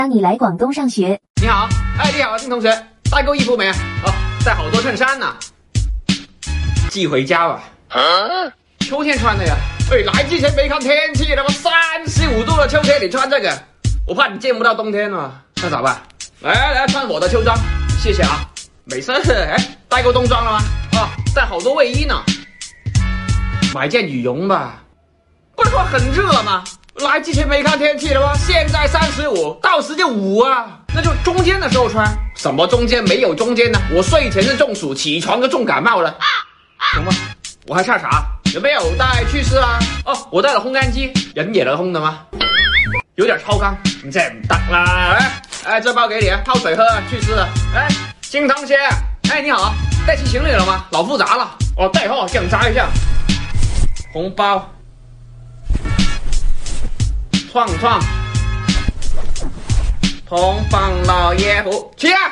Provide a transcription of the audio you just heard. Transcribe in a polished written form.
当你来广东上学。 你好，哎，你好，丁同学，带够衣服没啊？哦，带好多衬衫呢，寄回家吧。秋天穿的呀。哎，来之前没看天气，他妈35度的秋天，你穿这个，我怕你见不到冬天了。那咋办？来穿我的秋装，谢谢啊。没事，哎，带够冬装了吗？啊，带好多卫衣呢。买件羽绒吧。不是说很热吗？来之前没看天气了吗？现在35，到时就5啊，那就中间的时候穿。什么中间？没有中间呢。我睡前是中暑，起床就重感冒了。行吧，我还差啥？有没有带去湿啊？哦，我带了烘干机，人也能烘的吗？有点超纲，你这唔得啦！哎，这包给你，泡水喝，去湿的。哎，金同学，哎，你好，带齐行李了吗？老复杂了。哦，对哦，检查一下。红包。创同帮老爷福，起来！